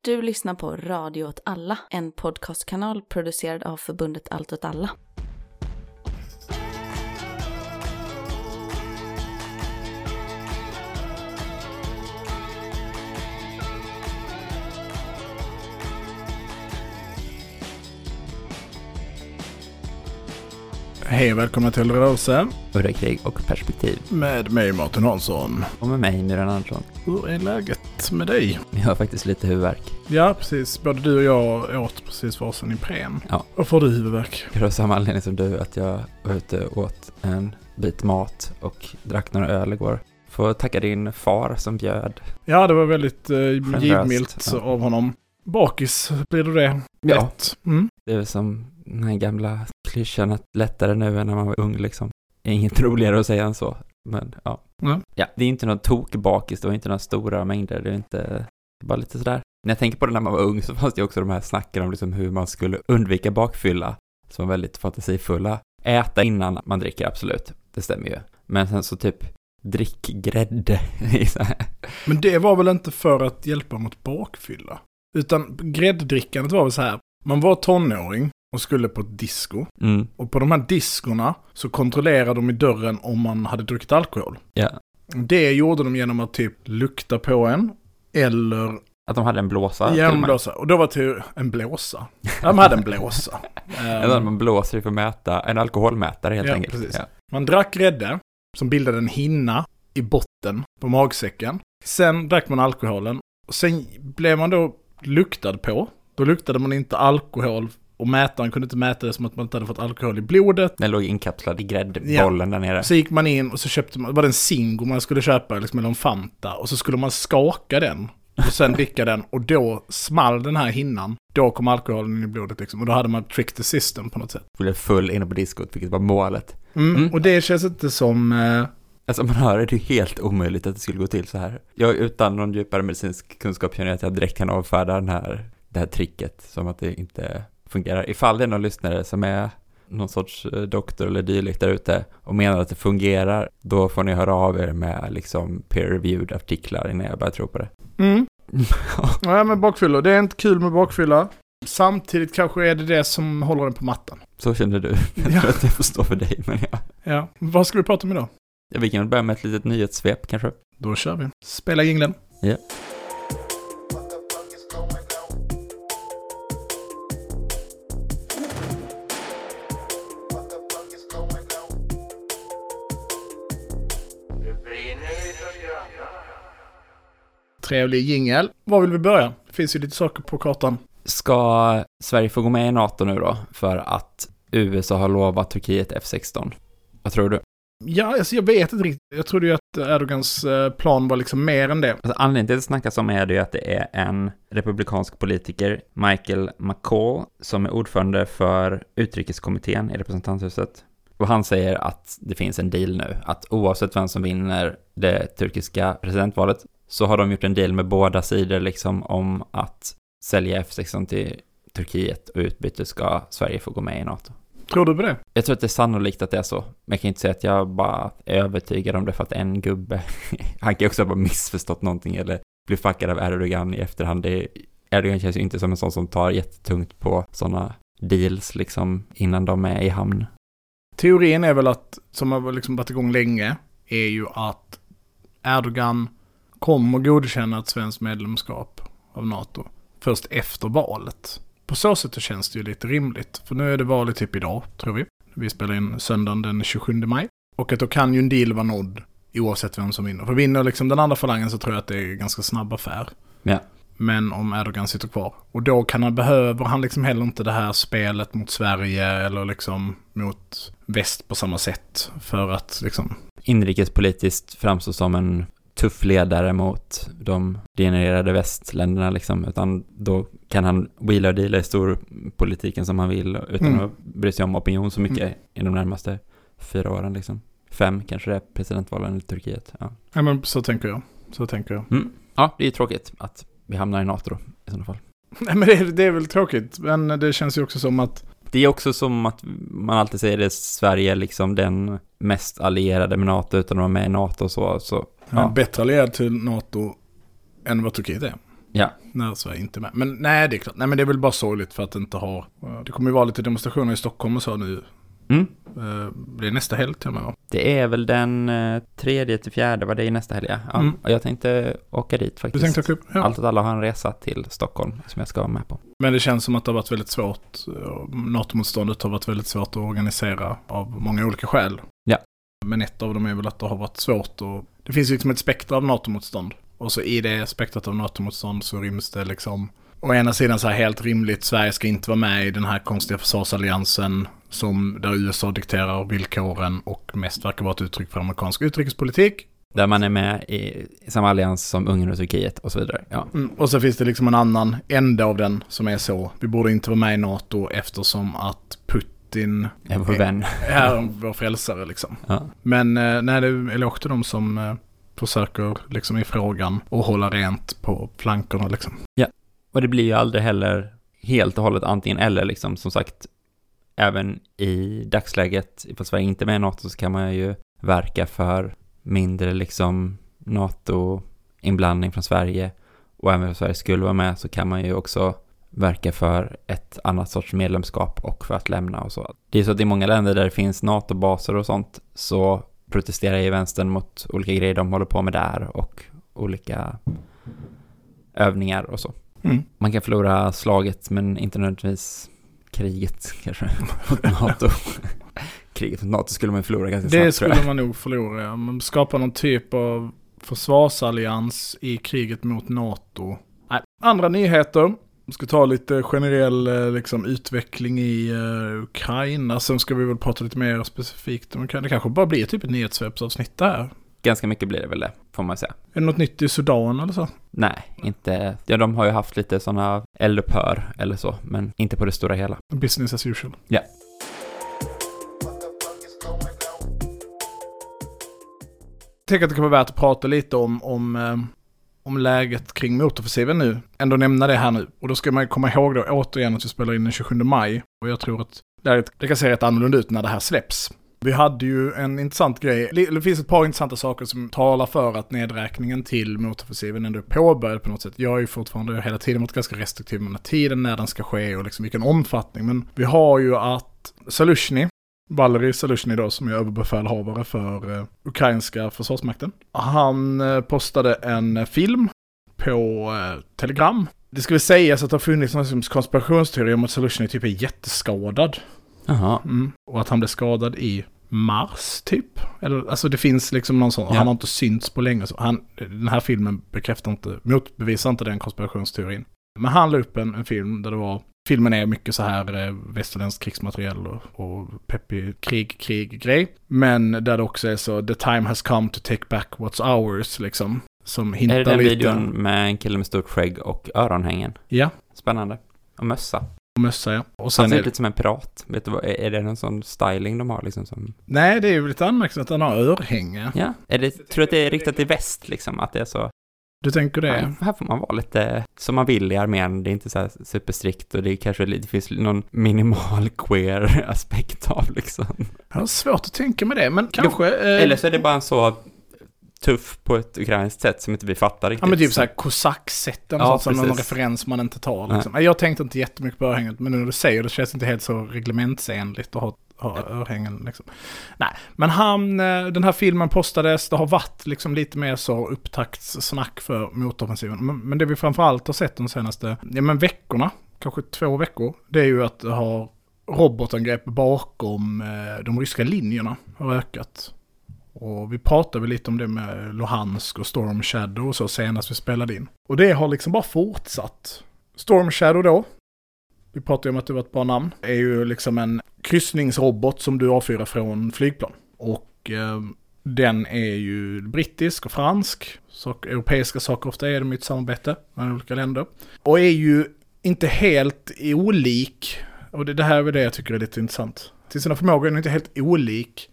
Du lyssnar på Radio åt alla, en podcastkanal producerad av förbundet Allt åt alla. Hej och välkomna till Rörelse. Udda krig och perspektiv. Med mig Martin Hansson. Och med mig Myran Andersson. Hur är läget med dig? Vi har faktiskt lite huvudvärk. Ja, precis. Både du och jag åt precis varsin Ipren. Ja. Och får du huvudvärk? Det var samma anledning som du, att jag var ute och åt en bit mat och drack några öl igår. Får tacka din far som bjöd. Ja, det var väldigt givmilt av honom. Bakis, blir du det? Ja. Mm. Det är väl som den här gamla klyschan att lättare nu än när man var ung liksom. Det är inget roligare att säga än så. Men ja. Ja, det är inte någon tokbakis, det var inte några stora mängder. Det är inte bara lite sådär. När jag tänker på det när man var ung så fanns det också de här snacken om liksom hur man skulle undvika bakfylla. Som var väldigt fantasifulla. Äta innan man dricker, absolut. Det stämmer ju. Men sen så typ drick grädde. Men det var väl inte för att hjälpa mot bakfylla? Utan grädddrickandet var väl så här. Man var tonåring och skulle på ett disco. Mm. Och på de här diskorna så kontrollerade de i dörren om man hade druckit alkohol. Ja. Det gjorde de genom att typ lukta på en. Eller... Att de hade en blåsa. Ja, en blåsa. Och då var det en blåsa. De hade en blåsa. Man blåser för att mäta. En alkoholmätare helt enkelt. Precis. Ja. Man drack grädde som bildade en hinna i botten på magsäcken. Sen drack man alkoholen. Och sen blev man då luktad på. Då luktade man inte alkohol. Och mätaren kunde inte mäta det som att man inte hade fått alkohol i blodet. Den låg inkapslad i gräddbollen där nere. Så gick man in och så köpte man, var det en Zingo man skulle köpa liksom, eller en Fanta. Och så skulle man skaka den. Och sen dricka den. Och då small den här hinnan. Då kom alkoholen in i blodet liksom. Och då hade man tricked the system på något sätt. Blev full inne på diskot, vilket var målet. Och det känns inte som... Alltså man hör det är helt omöjligt att det skulle gå till så här. Jag utan någon djupare medicinsk kunskap känner jag att jag direkt kan avfärda det här tricket. Som att det inte fungerar. Ifall det är någon lyssnare som är någon sorts doktor eller dylikt där ute och menar att det fungerar, då får ni höra av er med liksom peer-reviewed artiklar innan jag börjar tro på det. Ja, men bakfylla. Det är inte kul med bakfylla. Samtidigt kanske är det som håller den på mattan. Så känner du. Jag tror att jag får stå för dig, men ja. Ja. Vad ska vi prata om idag? Ja, vi kan väl börja med ett litet nyhetssvep kanske. Då kör vi. Spela jingeln. Ja. Trevlig jingel. Var vill vi börja? Det finns ju lite saker på kartan. Ska Sverige få gå med i NATO nu då? För att USA har lovat Turkiet F-16. Vad tror du? Ja, alltså jag vet inte riktigt. Jag trodde ju att Erdogans plan var liksom mer än det. Alltså, anledningen till att det snackas om är det ju att det är en republikansk politiker, Michael McCall, som är ordförande för utrikeskommittén i representanthuset. Och han säger att det finns en deal nu. Att oavsett vem som vinner det turkiska presidentvalet så har de gjort en deal med båda sidor liksom om att sälja F-16 till Turkiet och utbyte ska Sverige få gå med i NATO. Tror du på det? Jag tror att det är sannolikt att det är så. Men jag kan inte säga att jag bara är övertygad om det för att en gubbe, han kan också ha bara missförstått någonting eller bli fuckad av Erdogan i efterhand. Erdogan känns ju inte som en sån som tar jättetungt på sådana deals liksom innan de är i hamn. Teorin är väl att, som har liksom varit igång länge, är ju att Erdogan kommer godkänna ett svenskt medlemskap av NATO först efter valet. På så sätt känns det ju lite rimligt. För nu är det valet typ idag, tror vi. Vi spelar in söndagen den 27 maj. Och att då kan ju en deal vara nådd oavsett vem som vinner. För vinner liksom den andra falangen så tror jag att det är ganska snabb affär. Ja. Men om Erdogan sitter kvar. Och då behöver han liksom heller inte det här spelet mot Sverige eller liksom mot väst på samma sätt. För att liksom... Inrikespolitiskt framstår som en tuff ledare mot de degenererade västländerna liksom, utan då kan han wheela och deala i storpolitiken som han vill utan att bry sig om opinion så mycket i de närmaste 4 åren liksom. 5 kanske det är presidentvalen i Turkiet. Ja, men så tänker jag. Ja, det är tråkigt att vi hamnar i NATO då, i sådana fall. Nej, men det är väl tråkigt, men det känns ju också som att... Det är också som att man alltid säger det, Sverige är liksom den mest allierade med NATO utan att vara med i NATO och så. Ja. Bättre allierad till NATO än vad Turkiet är. Ja. När Sverige inte är med. Men nej, det är klart. Nej, men det är väl bara sorgligt för att det inte har... Det kommer ju vara lite demonstrationer i Stockholm och så nu. Det är nästa helg till och med, va? Det är väl den 3-4, var det i nästa helg? Ja. Och jag tänkte åka dit faktiskt. Du tänkte åka upp? Ja. Allt åt alla har en resa till Stockholm som jag ska vara med på. Men det känns som att det har varit väldigt svårt. NATO-motståndet har varit väldigt svårt att organisera av många olika skäl. Ja. Men ett av dem är väl att det har varit svårt. Och det finns ju liksom ett spektra av NATO-motstånd. Och så i det spektrat av NATO-motstånd så ryms det liksom... Å ena sidan så här helt rimligt, Sverige ska inte vara med i den här konstiga försvarsalliansen som där USA dikterar villkoren och mest verkar vara ett uttryck för amerikansk utrikespolitik. Där man är med i samma allians som Ungern och Turkiet och så vidare. Ja. Och så finns det liksom en annan ände av den som är så. Vi borde inte vara med i NATO eftersom att Putin är vår vän. Är vår frälsare liksom. Ja. Men nej, det är också de som försöker liksom i frågan och hålla rent på flankerna liksom. Ja. Och det blir ju aldrig heller helt och hållet antingen eller liksom, som sagt, även i dagsläget, ifall Sverige inte är med i NATO så kan man ju verka för mindre liksom NATO-inblandning från Sverige, och även om Sverige skulle vara med så kan man ju också verka för ett annat sorts medlemskap och för att lämna och så. Det är så att i många länder där det finns NATO-baser och sånt så protesterar ju vänstern mot olika grejer de håller på med där och olika övningar och så. Man kan förlora slaget men inte nödvändigtvis kriget kanske mot NATO. Kriget mot NATO skulle man förlora ganska snabbt. Det skulle man nog förlora, ja. Man skapar någon typ av försvarsallians i kriget mot NATO. Nej. Andra nyheter. Vi ska ta lite generell liksom, utveckling i Ukraina. Sen ska vi väl prata lite mer specifikt. Det kanske bara blir typ ett nyhetssvepsavsnitt där. Ganska mycket blir det väl det, får man säga. Är det något nytt i Sudan eller så? Nej, inte. Ja, de har ju haft lite sådana eldupphör eller så, men inte på det stora hela. Business as usual. Ja. Jag tänker att det kan vara värt att prata lite om läget kring motoffensiven nu. Ändå nämna det här nu. Och då ska man komma ihåg då återigen att vi spelar in den 27 maj. Och jag tror att det kan se rätt annorlunda ut när det här släpps. Vi hade ju en intressant grej. Det finns ett par intressanta saker som talar för att nedräkningen till motoffensiven ändå är påbörjad på något sätt. Jag är ju fortfarande hela tiden varit ganska restriktiv med tiden när den ska ske och liksom vilken omfattning. Men vi har ju att Valerij Zaluzjny då, som är överbefälhavare för ukrainska försvarsmakten. Han postade en film på Telegram. Det ska väl sägas att det har funnits någon konspirationsteori om att Zaluzjny typ är jätteskadad. Aha. Och att han blev skadad i mars typ. Eller, alltså det finns liksom någon sån, han har inte synts på länge. Så den här filmen motbevisar inte den konspirationsteorin. Men han la upp en film där det var, filmen är mycket så här västerländsk krigsmateriel och peppig krig-grej. Men där det också är så, the time has come to take back what's ours liksom. Som hintar lite. Är det den videon med en kille med stort skägg och öronhängen? Ja. Spännande. Och mössa. Ja. Och sen han ser lite som en pirat. Vet du vad, är det någon sån styling de har liksom som... Nej, det är ju lite anmärkningsvärt att han har örhänge. Ja, tror du att det är riktat i väst liksom, att det är så... Du tänker det? Ja, här får man vara lite som man vill i armén. Det är inte så här superstrikt och det finns någon minimal queer aspekt av liksom. Jag har svårt att tänka med det, men kanske... Eller så är det bara en så tuff på ett ukrainskt sätt som inte vi fattar riktigt. Ja, men typ så här kosacksätt eller sånt som någon referens man inte tar. Liksom. Jag tänkte inte jättemycket på örhänget, men nu när du säger det känns inte helt så reglementsenligt att ha örhängen. Liksom. Nej, men den här filmen postades, det har varit liksom lite mer så upptaktssnack för motoffensiven. Men det vi framförallt har sett de senaste veckorna, kanske 2 veckor, det är ju att det har robotangrepp bakom de ryska linjerna har ökat. Och vi pratade väl lite om det med Luhansk och Storm Shadow och så senast vi spelade in. Och det har liksom bara fortsatt. Storm Shadow då, vi pratade om att det var ett bra namn, är ju liksom en kryssningsrobot som du avfyrar från flygplan. Och den är ju brittisk och fransk. Europeiska saker ofta är de i ett samarbete med olika länder. Och är ju inte helt olik, och det här är det jag tycker är lite intressant. Till sina förmågor är den inte helt olik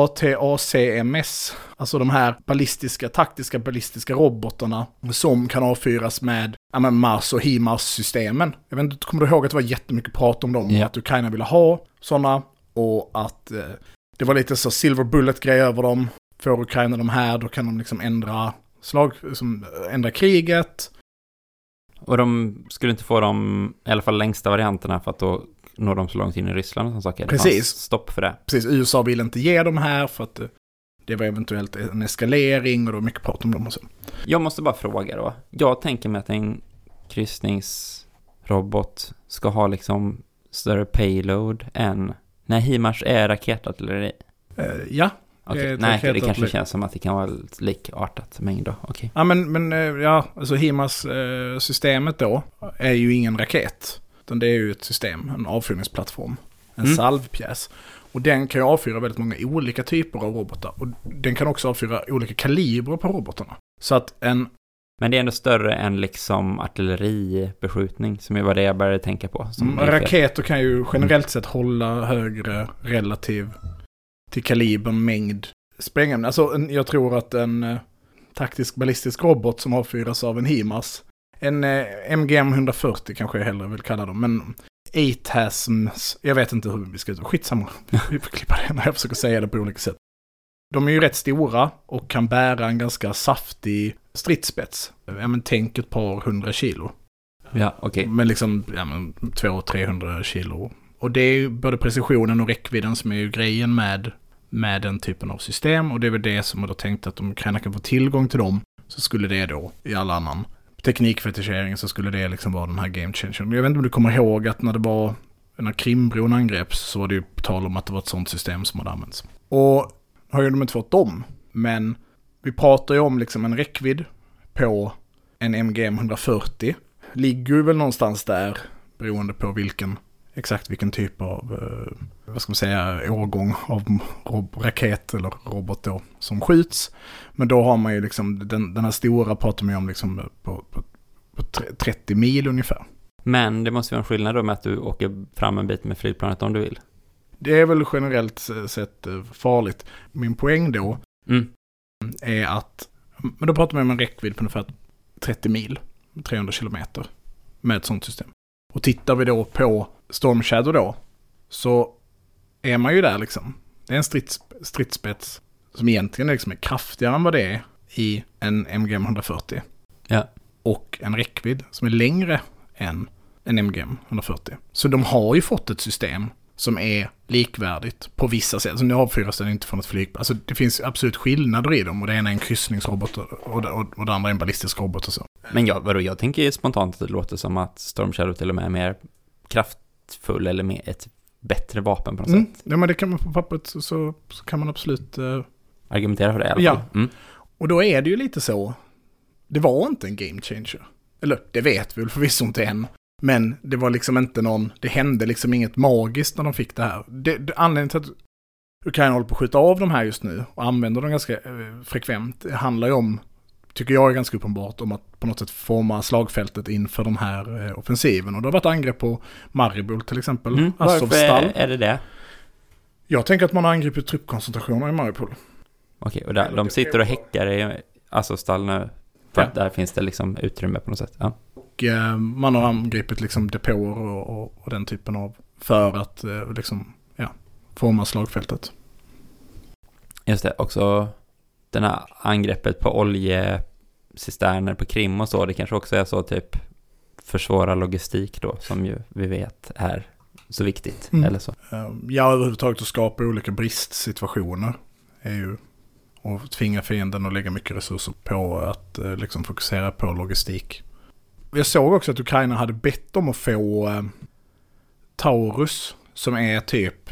ATACMS, alltså de här taktiska ballistiska robotarna som kan avfyras med Mars och HIMARS-systemen. Jag vet inte, kommer du ihåg att det var jättemycket prat om dem, att Ukraina ville ha sådana och att det var lite så silver bullet-grej över dem. Får Ukraina de här, då kan de liksom ändra kriget. Och de skulle inte få de, i alla fall längsta varianterna, för att då når de så långt in i Ryssland och sådana saker. Precis. Stopp för det. Precis, USA vill inte ge dem här för att det var eventuellt en eskalering och det var mycket prat om dem och så. Jag måste bara fråga då. Jag tänker mig att en kryssningsrobot ska ha liksom större payload än när HIMARS är raketartilleri. Ja. Okay. Nej, det kanske känns som att det kan vara likartat mängd då. Okay. Ja, men alltså HIMARS-systemet då är ju ingen raket. Utan det är ju ett system, en avfyrningsplattform. En salvpjäs. Och den kan ju avfyra väldigt många olika typer av robotar. Och den kan också avfyra olika kalibrer på robotarna. Så att Men det är ändå större än liksom artilleribeskjutning, som var det jag började tänka på. Raketer kan ju generellt sett hålla högre relativ till kalibern, mängd, sprängämnen. Alltså jag tror att en taktisk ballistisk robot som avfyras av en HIMARS, en MGM 140 kanske jag hellre vill kalla dem, men ATASMs, jag vet inte hur vi ska uttala, skitsamma, vi får klippa det när jag försöker säga det på olika sätt. De är ju rätt stora och kan bära en ganska saftig stridsspets. Tänk ett par 100 kilo. Ja, okej. Okay. Men liksom 200-300 kilo. Och det är ju både precisionen och räckvidden som är ju grejen med den typen av system. Och det är väl det som man då tänkte att om Ukraina kan få tillgång till dem, så skulle det då i all annan teknikfetischering så skulle det liksom vara den här game changer. Men jag vet inte om du kommer ihåg att när Krimbron angreps så var det ju tal om att det var ett sånt system som hade använts. Och har ju de inte fått dem, men vi pratar ju om liksom en räckvidd på en MGM 140. Ligger ju väl någonstans där beroende på vilken typ av årgång av raket eller robot då som skjuts. Men då har man ju liksom den här stora pratar man ju om liksom på 30 mil ungefär. Men det måste vara en skillnad då med att du åker fram en bit med flygplanet om du vill. Det är väl generellt sett farligt. Min poäng då är att, men då pratar man om en räckvidd på ungefär 30 mil, 300 kilometer med ett sånt system. Och tittar vi då på Storm Shadow då, så är man ju där liksom. Det är en stridsspets som egentligen liksom är kraftigare än vad det är i en MGM 140. Ja. Och en räckvidd som är längre än en MGM 140. Så de har ju fått ett system som är likvärdigt på vissa sätt. Så nu avfyras den inte från ett flygplan. Alltså det finns absolut skillnader i dem. Och det ena är en kryssningsrobot och det andra är en ballistisk robot och så. Men jag tänker spontant att det låter som att Storm Shadow till och med är mer kraftfull eller med ett bättre vapen på något sätt. Ja, men det kan man på pappret så kan man absolut argumentera för det i alla fall. Ja. Och då är det ju lite så. Det var inte en game changer. Eller det vet vi väl förvisso inte än. Men det var liksom inte det hände liksom inget magiskt när de fick det här. Anledningen till att Ukraina håller på att skjuta av de här just nu och använder dem ganska frekvent, det handlar ju om, tycker jag är ganska uppenbart, om att på något sätt forma slagfältet inför de här offensiven. Och det har varit angrepp på Mariupol till exempel. Varför är det? Jag tänker att man har angripit truppkoncentrationer i Mariupol. Okej, och där, de sitter och häckar i Azovstal nu. För att där finns det liksom utrymme på något sätt. Ja. Och man har angripit liksom depåer och den typen av för att forma slagfältet. Just det, också den här angreppet på oljecisterner på Krim och så, det kanske också är så typ försvåra logistik då, som ju vi vet är så viktigt, eller så. Ja, överhuvudtaget att skapa olika bristsituationer är ju och tvinga fienden att lägga mycket resurser på att liksom fokusera på logistik. Jag såg också att Ukraina hade bett om att få Taurus, som är typ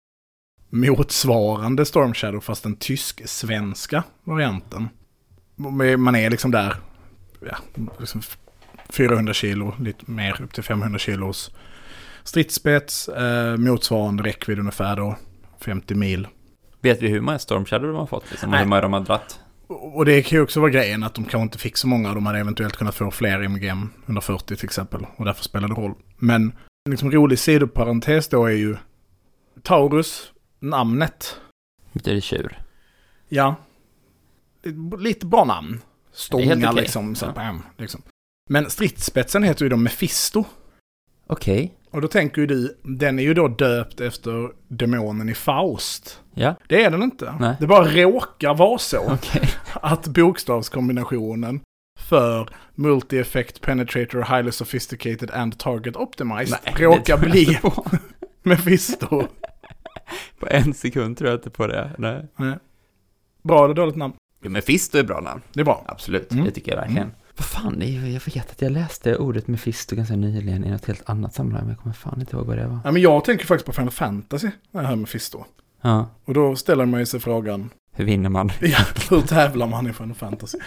motsvarande Storm Shadow fast den tysk-svenska varianten. Man är liksom där liksom 400 kilo, lite mer upp till 500 kilos stridsspets, motsvarande räckvidd ungefär då 50 mil. Vet vi hur många Storm Shadow de har fått? Liksom, hur många de har dratt? Och det kan ju också vara grejen att de kanske inte fick så många. De hade eventuellt kunnat få fler MGM 140 till exempel. Och därför spelade det roll. Men en liksom rolig sidoparentes då är ju Taurus, namnet. Det är tjur. Ja. Lite bra namn. Stånga okay. liksom, så liksom. Men stridsspetsen heter ju då Mephisto. Okej. Okay. Och då tänker ju du, den är ju då döpt efter demonen i Faust. Ja. Det är den inte. Nej. Det bara råkar vara så okay. att bokstavskombinationen för Multi-Effect Penetrator Highly Sophisticated and Target Optimized råkar bli Mephisto. På 1 sekund tror jag inte på det. Nej. Bra eller dåligt namn? Jo, Mephisto är bra namn. Det är bra. Absolut, det tycker jag verkligen. Vad fan, jag vet att jag läste ordet Mephisto ganska nyligen i något helt annat sammanhang, men jag kommer fan inte ihåg vad det var. Ja, men jag tänker faktiskt på Final Fantasy, det här Mephisto. Ja. Och då ställer man ju sig frågan... Hur vinner man? Ja, hur tävlar man i Final Fantasy?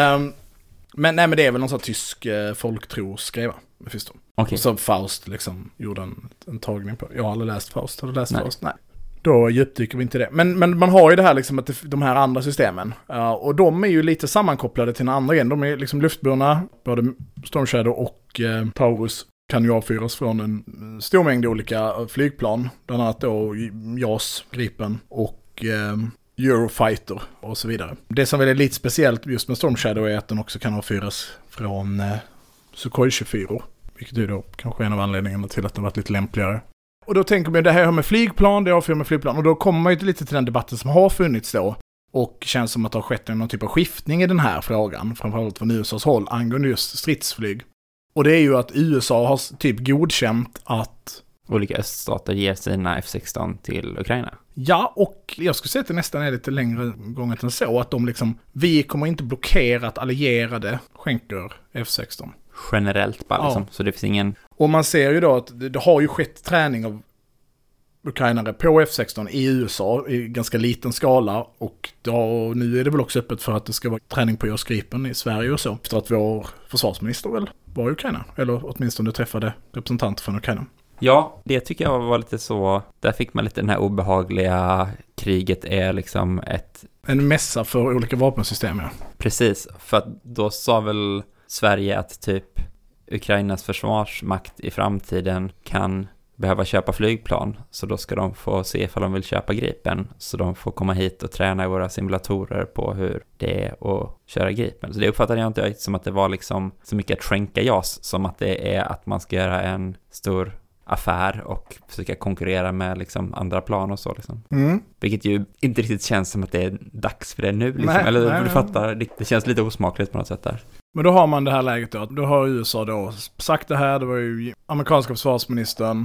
Men det är väl någon sån tysk folktrosgrej, va? Mephisto. Okay. Och så Faust liksom gjorde en tagning på. Jag har aldrig läst Faust. Har du läst Faust? Nej. Då djupdyker vi inte i det. Men man har ju det här liksom att de här andra systemen. Och de är ju lite sammankopplade till en andra igen. De är liksom luftburna. Både Storm Shadow och Taurus kan ju avfyras från en stor mängd olika flygplan. Bland annat då JAS, Gripen och Eurofighter och så vidare. Det som väl är lite speciellt just med Storm Shadow är att den också kan avfyras från Sukhoi 24. Vilket är då kanske en av anledningarna till att den varit lite lämpligare. Och då tänker man det här med flygplan, det avfyrar med flygplan. Och då kommer man ju lite till den debatten som har funnits då. Och känns som att det har skett någon typ av skiftning i den här frågan. Framförallt från USAs håll angående just stridsflyg. Och det är ju att USA har typ godkänt att olika öststater ger sina F-16 till Ukraina. Ja, och jag skulle säga att det nästan är lite längre gånget än så. Att de liksom, vi kommer inte blockera att allierade skänker F-16. Generellt bara liksom, så det finns ingen... Och man ser ju då att det har ju skett träning av ukrainare på F-16 i USA i ganska liten skala. Och då, nu är det väl också öppet för att det ska vara träning på JAS Gripen i Sverige och så. Efter att vår försvarsminister väl var i Ukraina. Eller åtminstone träffade representanter från Ukraina. Ja, det tycker jag var lite så... Där fick man lite den här obehagliga kriget är liksom en mässa för olika vapensystem, ja. Precis, för att då sa väl Sverige att typ Ukrainas försvarsmakt i framtiden kan behöva köpa flygplan. Så då ska de få se ifall de vill köpa Gripen. Så de får komma hit och träna i våra simulatorer på hur det är att köra Gripen. Så det uppfattade jag inte som att det var liksom så mycket att skänka JAS som att det är att man ska göra en stor affär och försöka konkurrera med liksom andra plan och så liksom. Vilket ju inte riktigt känns som att det är dags för det nu liksom. Du fattar, det känns lite osmakligt på något sätt där. Men då har man det här läget då. Då har USA då sagt det här. Det var ju amerikanska försvarsministern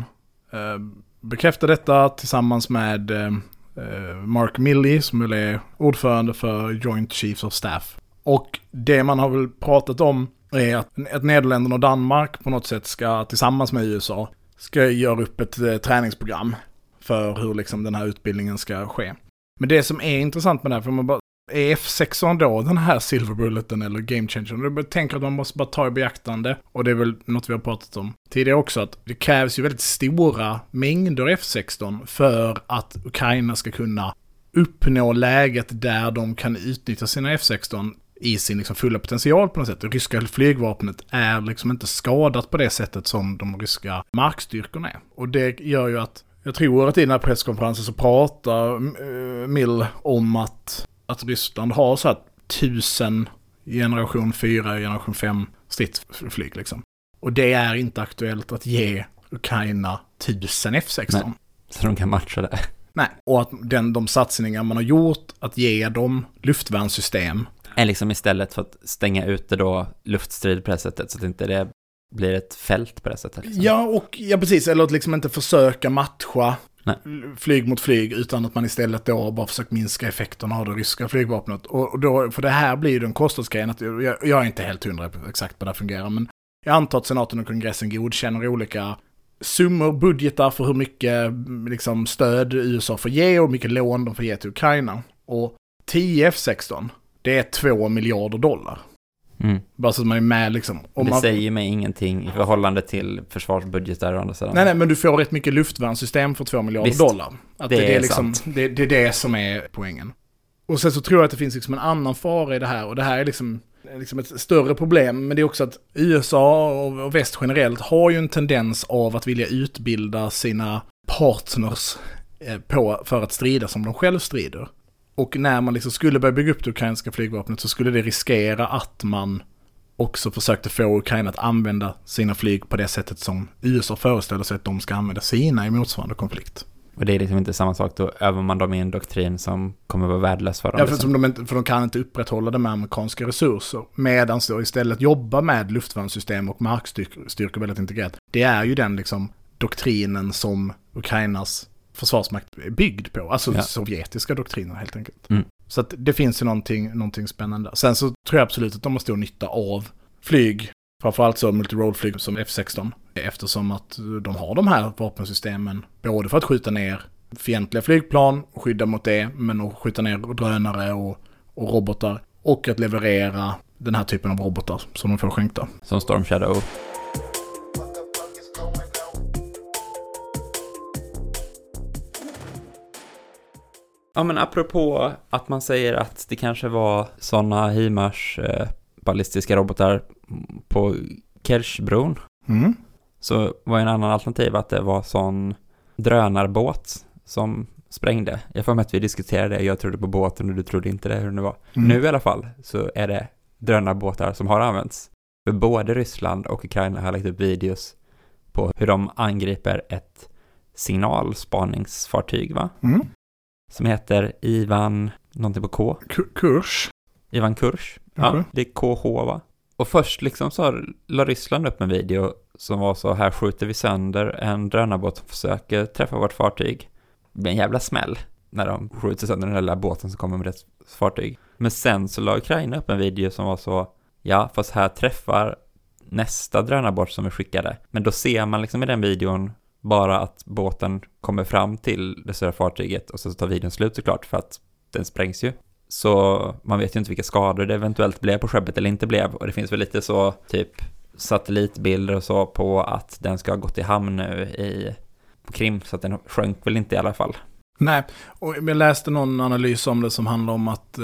bekräftade detta tillsammans med Mark Milley som är ordförande för Joint Chiefs of Staff. Och det man har väl pratat om är att Nederländerna och Danmark på något sätt ska tillsammans med USA ska göra upp ett träningsprogram för hur liksom den här utbildningen ska ske. Men det som är intressant med det här, för man bara, är F-16 då den här silver bulleten eller game changer? Jag tänker att man måste bara ta i beaktande, och det är väl något vi har pratat om tidigare också, att det krävs ju väldigt stora mängder F-16 för att Ukraina ska kunna uppnå läget där de kan utnyttja sina F-16 i sin liksom fulla potential på något sätt. Det ryska flygvapnet är liksom inte skadat på det sättet som de ryska markstyrkorna är. Och det gör ju att, jag tror att i den här presskonferensen så pratar Mill om att Ryssland har så här 1000 generation 4, generation 5 stridsflyg liksom. Och det är inte aktuellt att ge Ukraina 1000 F-16. Nej, så de kan matcha det. Nej, och att de satsningar man har gjort att ge dem luftvärnssystem är liksom istället för att stänga ute då luftstrid på det sättet så att inte det blir ett fält på det sättet. Liksom. Ja, precis. Eller att liksom inte försöka matcha flyg mot flyg utan att man istället då bara försöker minska effekterna av det ryska flygvapnet. Och då, för det här blir ju den kostnadsgrejen att jag är inte helt 100 exakt på det fungerar, men jag antar att senaten och kongressen godkänner olika summor, budgetar för hur mycket liksom, stöd USA får ge och hur mycket lån de får ge till Ukraina. Och 10 F-16, det är $2 miljarder. Bara så att man är med liksom. Och det säger mig ingenting i förhållande till försvarsbudgetar och andra sidan. Nej, men du får rätt mycket luftvärnssystem för $2 miljarder. Att det är liksom, det är det som är poängen. Och sen så tror jag att det finns liksom en annan fara i det här. Och det här är liksom ett större problem. Men det är också att USA och väst generellt har ju en tendens av att vilja utbilda sina partners för att strida som de själv strider. Och när man liksom skulle börja bygga upp det ukrainska flygvapnet så skulle det riskera att man också försökte få Ukraina att använda sina flyg på det sättet som USA föreställer sig att de ska använda sina i motsvarande konflikt. Och det är liksom inte samma sak, då övar man dem i en doktrin som kommer vara värdelös för dem. Ja, för de kan inte upprätthålla de amerikanska resurser, medan de istället jobbar med luftvärnssystem och markstyrkor väldigt integrerat. Det är ju den liksom doktrinen som Ukrainas försvarsmakt är byggd på, alltså sovjetiska doktriner helt enkelt. Så att det finns ju någonting spännande. Sen så tror jag absolut att de har stor nytta av flyg, framförallt så multirole-flyg som F-16, eftersom att de har de här vapensystemen både för att skjuta ner fientliga flygplan och skydda mot det, men att skjuta ner drönare och robotar, och att leverera den här typen av robotar som de får skänkta. Som Storm Shadow. Ja, men apropå att man säger att det kanske var sådana HIMARS ballistiska robotar på Kerchbron. Så var en annan alternativ att det var sån drönarbåt som sprängde. Jag får med att vi diskuterade det. Jag trodde på båten och du trodde inte det, hur det var. Nu i alla fall så är det drönarbåtar som har använts. För både Ryssland och Ukraina har lagt upp videos på hur de angriper ett signalspaningsfartyg, va? Som heter Ivan, någonting på K. Kurs. Ivan Kurs. Ja, det är KH, va? Och först liksom så la Ryssland upp en video som var så här: skjuter vi sönder en drönarbåt som försöker träffa vårt fartyg. Det blir en jävla smäll när de skjuter sönder den här lilla båten som kommer med ett fartyg. Men sen så la Ukraina upp en video som var så: ja, fast här träffar nästa drönarbåt som vi skickade. Men då ser man liksom i den videon bara att båten kommer fram till det stora fartyget och så tar videon slut såklart, för att den sprängs ju. Så man vet ju inte vilka skador det eventuellt blev på skeppet eller inte blev. Och det finns väl lite så typ satellitbilder och så på att den ska ha gått i hamn nu på Krim, så att den sjönk väl inte i alla fall. Nej, och jag läste någon analys om det som handlar om att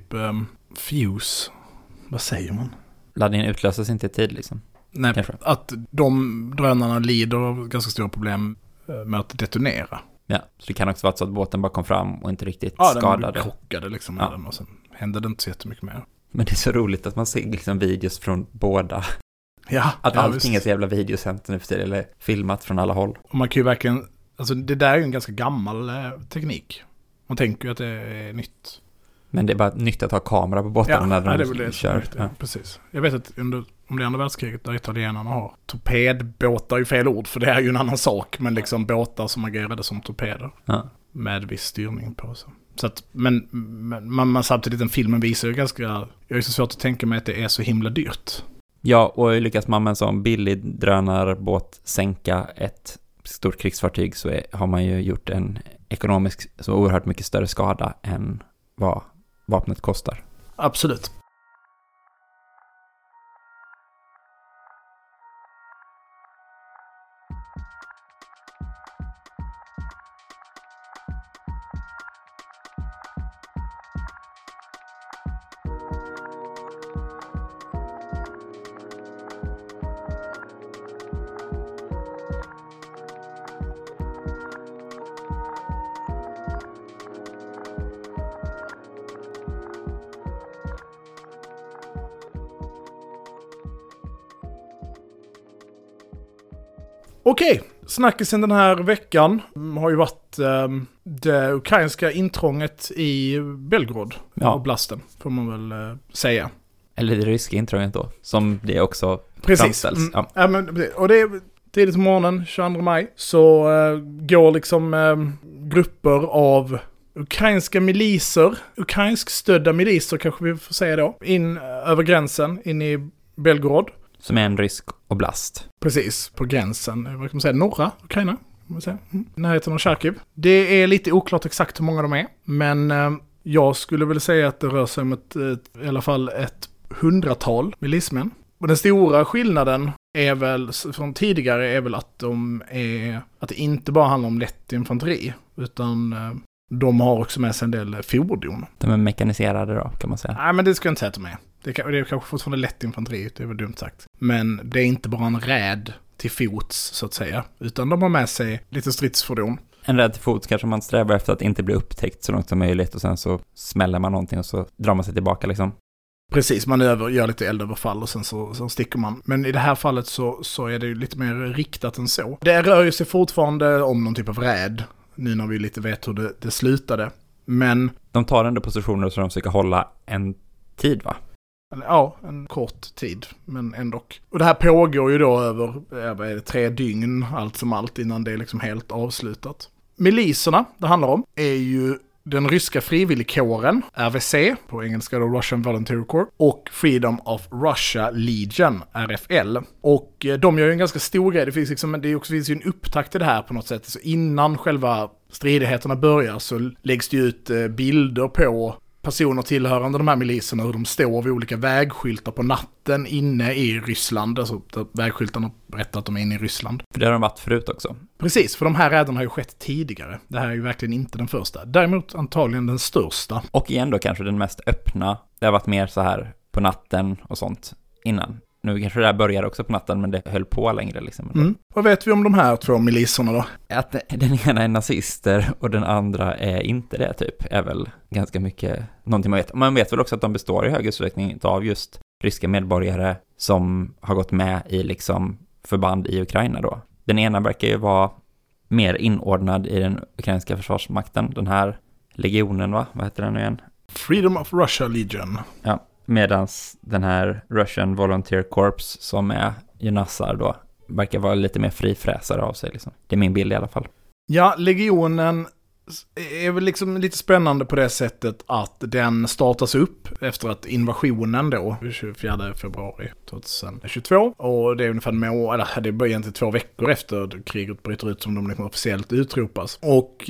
fuse, vad säger man? Laddningen utlöses inte i tid liksom. Nej, kanske. Att de drönarna lider av ganska stora problem med att detonera. Ja, så det kan också vara så att båten bara kom fram och inte riktigt skadade. Ja, den krockade liksom med den och sen hände det inte så jättemycket mer. Men det är så roligt att man ser liksom videos från båda. Ja. Att allting är så jävla videocenter nu för tiden, eller filmat från alla håll. Och man kan ju verkligen, alltså det där är ju en ganska gammal teknik. Man tänker ju att det är nytt. Men det är bara nytt att ha kamera på båten när de kör. Ja, precis. Jag vet att om det andra världskriget där italienarna har torpedbåtar, är ju fel ord, för det är ju en annan sak, men liksom båtar som agerade som torpeder. Ja. Med viss styrning på sig. Så att, men man samtidigt, den filmen visar ju ganska, jag är så svårt att tänka mig att det är så himla dyrt. Ja, och lyckas man med en sån billig drönarbåt sänka ett stort krigsfartyg, så har man ju gjort en ekonomisk så oerhört mycket större skada än vad vapnet kostar. Absolut. Okej, snackisen den här veckan har ju varit det ukrainska intrånget i Belgorod, oblasten, får man väl säga. Eller det ryska intrånget då, som det också framställs. Ja, men, och det är tidigt på morgonen, 22 maj, så går liksom grupper av ukrainska miliser, ukrainsk stödda miliser kanske vi får säga då, in över gränsen, in i Belgorod. Som är en rysk oblast. Precis, på gränsen. Vad kan man säga? Norra Ukraina, kan man säga. Närheten av Charkiv. Det är lite oklart exakt hur många de är. Men jag skulle väl säga att det rör sig om i alla fall ett 100-tal milismän. Och den stora skillnaden är väl, från tidigare, är väl att att det inte bara handlar om lätt infanteri. Utan de har också med sig en del fordon. De är mekaniserade då, kan man säga. Nej, men det ska jag inte säga till mig. Det är kanske fortfarande lätt infanteri, det är väl dumt sagt. Men det är inte bara en räd till fots, så att säga. Utan de har med sig lite stridsfordon. En räd till fots kanske man strävar efter att inte bli upptäckt så långt som möjligt. Och sen så smäller man någonting och så drar man sig tillbaka liksom. Precis, man gör lite eldöverfall och sen så sticker man. Men i det här fallet så är det ju lite mer riktat än så. Det rör ju sig fortfarande om någon typ av räd. nu när vi lite vet hur det slutade. Men de tar ändå positioner så de försöker hålla en tid, va? Ja, en kort tid, men ändå. Och det här pågår ju då över 3 dygn, allt som allt, innan det är liksom helt avslutat. Miliserna det handlar om är ju den ryska frivilligkåren, RVC, på engelska då Russian Volunteer Corps, och Freedom of Russia Legion, RFL. Och de gör ju en ganska stor grej. Det finns ju en upptakt till det här på något sätt. Så innan själva stridigheterna börjar så läggs det ut bilder på personer tillhörande de här miliserna, hur de står vid olika vägskyltar på natten inne i Ryssland. Alltså vägskyltarna berättar att de är inne i Ryssland. För det har de varit förut också. Precis, för de här räderna har ju skett tidigare. Det här är ju verkligen inte den första. Däremot antagligen den största. Och igen då kanske den mest öppna. Det har varit mer så här på natten och sånt innan. Nu kanske det där började också på natten, men det höll på längre liksom. Vad vet vi om de här 2 miliserna då? Att den ena är nazister och den andra är inte det typ, är väl ganska mycket någonting man vet. Man vet väl också att de består i hög utsträckning av just ryska medborgare som har gått med i liksom förband i Ukraina då. Den ena verkar ju vara mer inordnad i den ukrainska försvarsmakten. Den här legionen, va? Vad heter den nu igen? Freedom of Russia Legion. Ja. Medan den här Russian Volunteer Corps som är Junassar då verkar vara lite mer frifräsare av sig liksom. Det är min bild i alla fall. Ja, legionen är väl liksom lite spännande på det sättet att den startas upp efter att invasionen då 24 februari 2022, och det är ungefär det börjar egentligen 2 veckor efter kriget bryter ut som de liksom officiellt utropas, och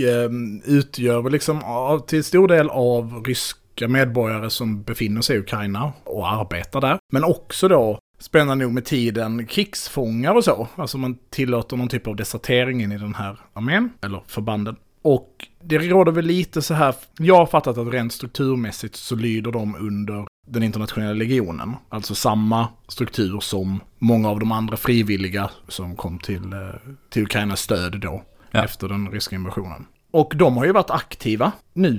utgör väl liksom till stor del av ryska medborgare som befinner sig i Ukraina och arbetar där, men också då spännande nog med tiden krigsfångar och så. Alltså man tillåter någon typ av desertering in i den här armén, eller förbanden. Och det råder väl lite så här, jag har fattat att rent strukturmässigt så lyder de under den internationella legionen. Alltså samma struktur som många av de andra frivilliga som kom till Ukrainas stöd då, efter den ryska invasionen. Och de har ju varit aktiva nu,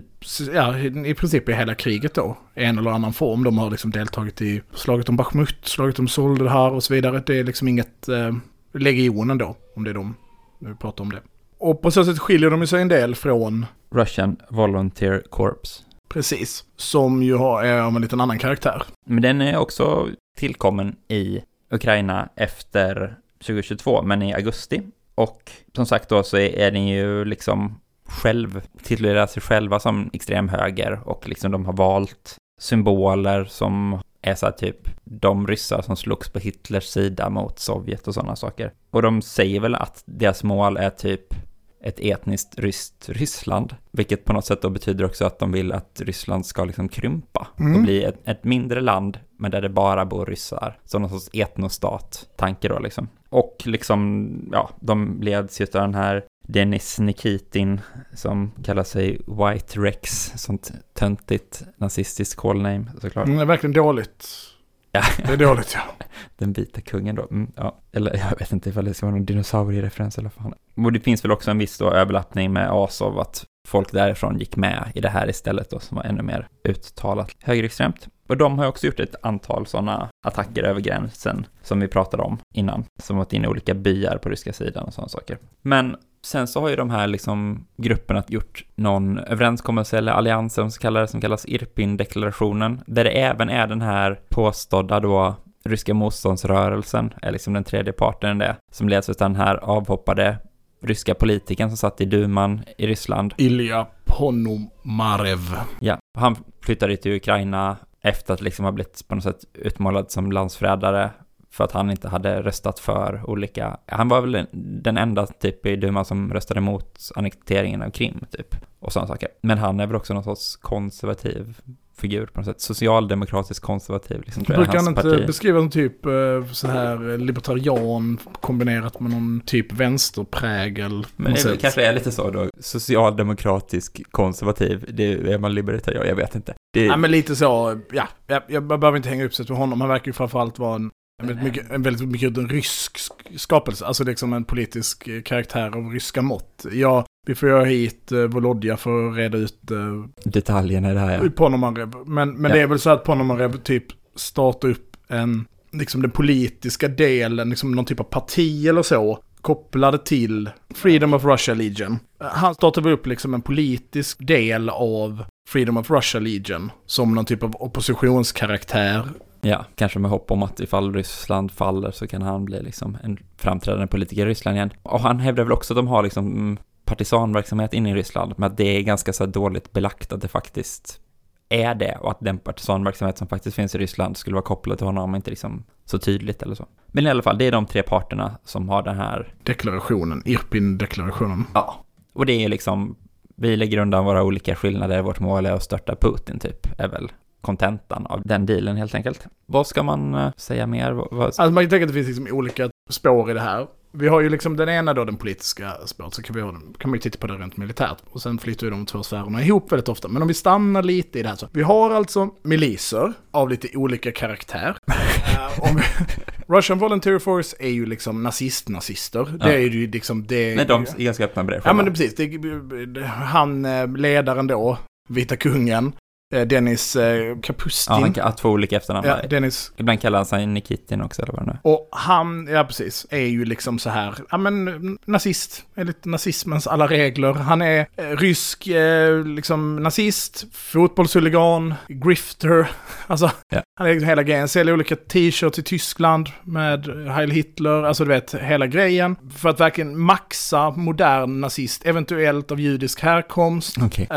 i princip i hela kriget då, i en eller annan form. De har liksom deltagit i slaget om Bakhmut, slaget om Soledar och så vidare. Det är liksom inget legionen då, om det är de vi pratar om det. Och på så sätt skiljer de sig en del från Russian Volunteer Corps. Precis, som ju är av en liten annan karaktär. Men den är också tillkommen i Ukraina efter 2022, men i augusti. Och som sagt då så är den ju liksom titulerar sig själva som extrem höger, och liksom de har valt symboler som är så här typ de ryssar som slogs på Hitlers sida mot Sovjet och sådana saker. Och de säger väl att deras mål är typ ett etniskt ryskt Ryssland, vilket på något sätt då betyder också att de vill att Ryssland ska liksom krympa och bli ett mindre land, men där det bara bor ryssar, som någon sorts etnostat tanke då liksom. Och liksom, ja, de leds ju av den här Denis Nikitin som kallar sig White Rex, sånt töntigt nazistiskt call name såklart. Det är verkligen dåligt. Ja. Det är dåligt, ja. Den vita kungen då. Ja. Eller jag vet inte ifall det ska vara någon dinosauriereferens eller vad fan. Och det finns väl också en viss då överlappning med Azov, att folk därifrån gick med i det här istället då, som var ännu mer uttalat högerextremt. Och de har också gjort ett antal sådana attacker över gränsen som vi pratade om innan, som varit inne i olika byar på ryska sidan och sådana saker. Men sen så har ju de här liksom grupperna gjort någon överenskommelse eller allians som kallas Irpin-deklarationen, där det även är den här påstådda då ryska motståndsrörelsen, är liksom den tredje parten det, som leds av den här avhoppade ryska politikern som satt i Duman i Ryssland. Ilja Ponomarev. Ja, han flyttade till Ukraina efter att liksom ha blivit på något sätt utmålad som landsförrädare för att han inte hade röstat för olika... Han var väl den enda typ i Duman som röstade emot annekteringen av Krim typ, och sådana saker. Men han är väl också någon sorts konservativ figur på något sätt. Socialdemokratisk konservativ. Liksom, brukar han inte beskriva en typ så här libertarian kombinerat med någon typ vänsterprägel? Men det kanske är lite så då. Socialdemokratisk konservativ. Det är man libertarian, jag vet inte. Ja, men lite så, ja. Jag behöver inte hänga upp sig på honom. Han verkar ju framförallt vara en väldigt mycket en rysk skapelse. Alltså liksom en politisk karaktär av ryska mått. Ja, vi får göra hit Volodya för att reda ut detaljerna i det här. Ja. Ponomarev. Men det är väl så att Ponomarev typ startar upp liksom den politiska delen, liksom någon typ av parti eller så, kopplade till Freedom of Russia Legion. Han startade upp liksom en politisk del av Freedom of Russia Legion som någon typ av oppositionskaraktär. Ja, kanske med hopp om att ifall Ryssland faller så kan han bli liksom en framträdande politiker i Ryssland igen. Och han hävdar väl också att de har liksom partisanverksamhet inne i Ryssland, men att det är ganska så dåligt belagt att det faktiskt är det, och att den partisanverksamhet som faktiskt finns i Ryssland skulle vara kopplad till honom, inte liksom så tydligt eller så. Men i alla fall, det är de 3 parterna som har den här deklarationen, Irpin-deklarationen. Ja, och det är liksom, vi lägger undan våra olika skillnader, vårt mål är att störta Putin typ, är väl kontentan av den dealen helt enkelt. Vad ska man säga mer? Alltså man kan tänka att det finns liksom olika spår i det här. Vi har ju liksom den ena då, den politiska spåret, så kan man ju titta på det rent militärt. Och sen flyttar ju de 2 sfärerna ihop väldigt ofta. Men om vi stannar lite i det här så. Vi har alltså miliser av lite olika karaktär. Russian Volunteer Force är ju liksom nazister. Ja. Det är ju liksom det. Nej, de är ganska öppna med det. Ja, men det är precis. Han ledaren då, Vita kungen. Dennis Kapustin. Ja, han har 2 olika efternamn. Ja, Dennis. Ibland kallar han sig Nikitin också, eller vad det nu. Och han, ja precis, är ju liksom så här, ja men nazist, enligt nazismens alla regler. Han är rysk, liksom nazist, fotbollshuligan, grifter. Alltså, han är liksom hela grejen. Säljer olika t-shirts i Tyskland med Heil Hitler, alltså du vet, hela grejen. För att verkligen maxa modern nazist, eventuellt av judisk härkomst. Okej.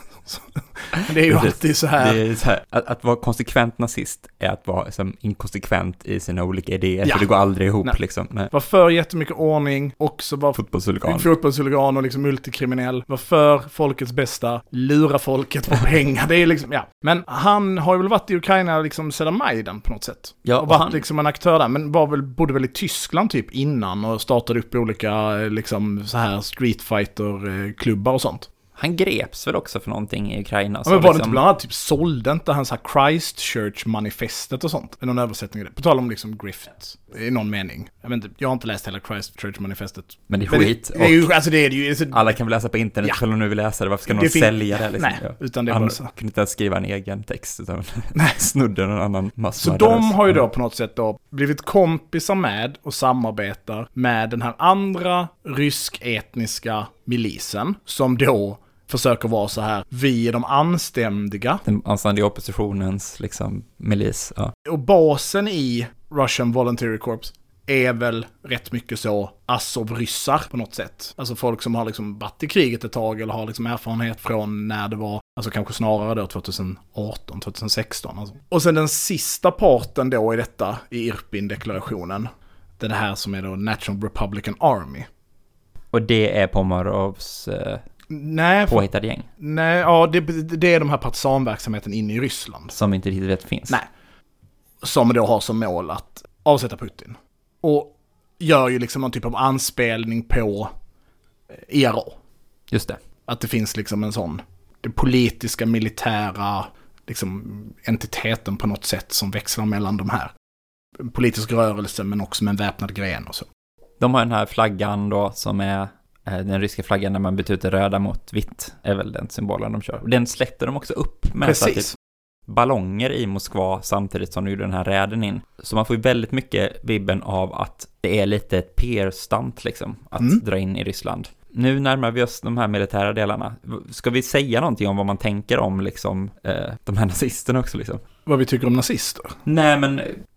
Det är ju alltid så här. Det är så här att vara konsekvent nazist är att vara som inkonsekvent i sina olika idéer. Ja. För det går aldrig ihop. Nej. Liksom. Nej. Var för jättemycket ordning. Också var fotbollshuligan och liksom multikriminell. Var för folkets bästa. Lura folket på pengar. Det är liksom, ja. Men han har ju väl varit i Ukraina liksom sedan Majdan på något sätt. Ja, och varit liksom en aktör där. Men bodde väl i Tyskland typ innan och startade upp olika liksom så här streetfighter-klubbar och sånt. Han greps väl också för någonting i Ukraina. Ja, men var det inte bland annat typ sålde inte han så här Christchurch-manifestet och sånt? I någon översättning. På tal om liksom grift i någon mening. Jag har inte läst hela Christchurch-manifestet. Men det är skit. Det är ju, alltså det är det ju. Alla kan väl läsa på internet ifall de nu vill läsa det. Varför ska någon sälja det? Liksom? Nej, utan det är han bara så. Kunde inte ens skriva en egen text utan snudde någon annan massmördare. Så de har ju då på något sätt då blivit kompisar med och samarbetar med den här andra rysk-etniska milisen som då försöker vara så här, vi är de anständiga. Den anständiga oppositionens liksom milis, ja. Och basen i Russian Volunteer Corps är väl rätt mycket så Azov-ryssar på något sätt. Alltså folk som har liksom varit i kriget ett tag eller har liksom erfarenhet från när det var, alltså kanske snarare då 2018, 2016. Alltså. Och sen den sista parten då i detta, i Irpin-deklarationen, det här som är då National Republican Army. Och det är Pomarovs påhittade gäng? Nej, ja, det är de här partisanverksamheten inne i Ryssland. Som inte riktigt vet finns? Nej. Som då har som mål att avsätta Putin. Och gör ju liksom någon typ av anspelning på IRA. Just det. Att det finns liksom en sån, det politiska, militära liksom entiteten på något sätt som växlar mellan de här. En politisk rörelse men också med en väpnad gren och så. De har den här flaggan då som är den ryska flaggan när man byter ut det röda mot vitt är väl den symbolen de kör. Och den släppte de också upp med så typ ballonger i Moskva samtidigt som de gjorde den här räden in. Så man får ju väldigt mycket vibben av att det är lite ett PR-stunt liksom att dra in i Ryssland. Nu närmar vi oss de här militära delarna. Ska vi säga någonting om vad man tänker om liksom de här nazisterna också liksom? Vad vi tycker om nazister? Nej, men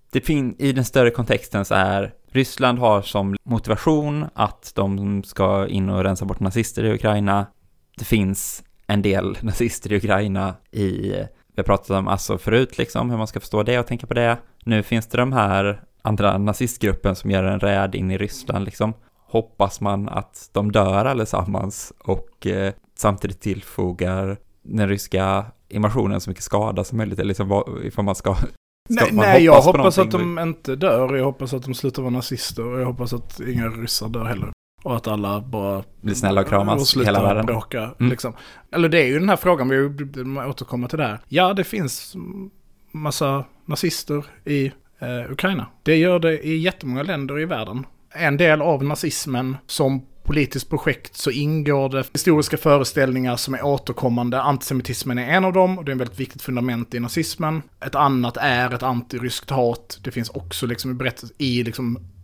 i den större kontexten så är Ryssland har som motivation att de ska in och rensa bort nazister i Ukraina. Det finns en del nazister i Ukraina vi har pratat om Azov förut liksom, hur man ska förstå det och tänka på det. Nu finns det de här andra nazistgruppen som gör en räd in i Ryssland liksom. Hoppas man att de dör allesammans och samtidigt tillfogar den ryska invasionen så mycket skada som möjligt, eller liksom ifall man ska... Nej, jag hoppas att de inte dör. Jag hoppas att de slutar vara nazister. Och jag hoppas att inga ryssar dör heller. Och att alla bara blir snälla och kramas hela världen. Bråka, liksom. Eller det är ju den här frågan, vi återkommer till det här. Ja, det finns massa nazister i Ukraina. Det gör det i jättemånga länder i världen. En del av nazismen som politiskt projekt så ingår det historiska föreställningar som är återkommande. Antisemitismen är en av dem och det är ett väldigt viktigt fundament i nazismen. Ett annat är ett antiryskt hat. Det finns också liksom berättat i liksom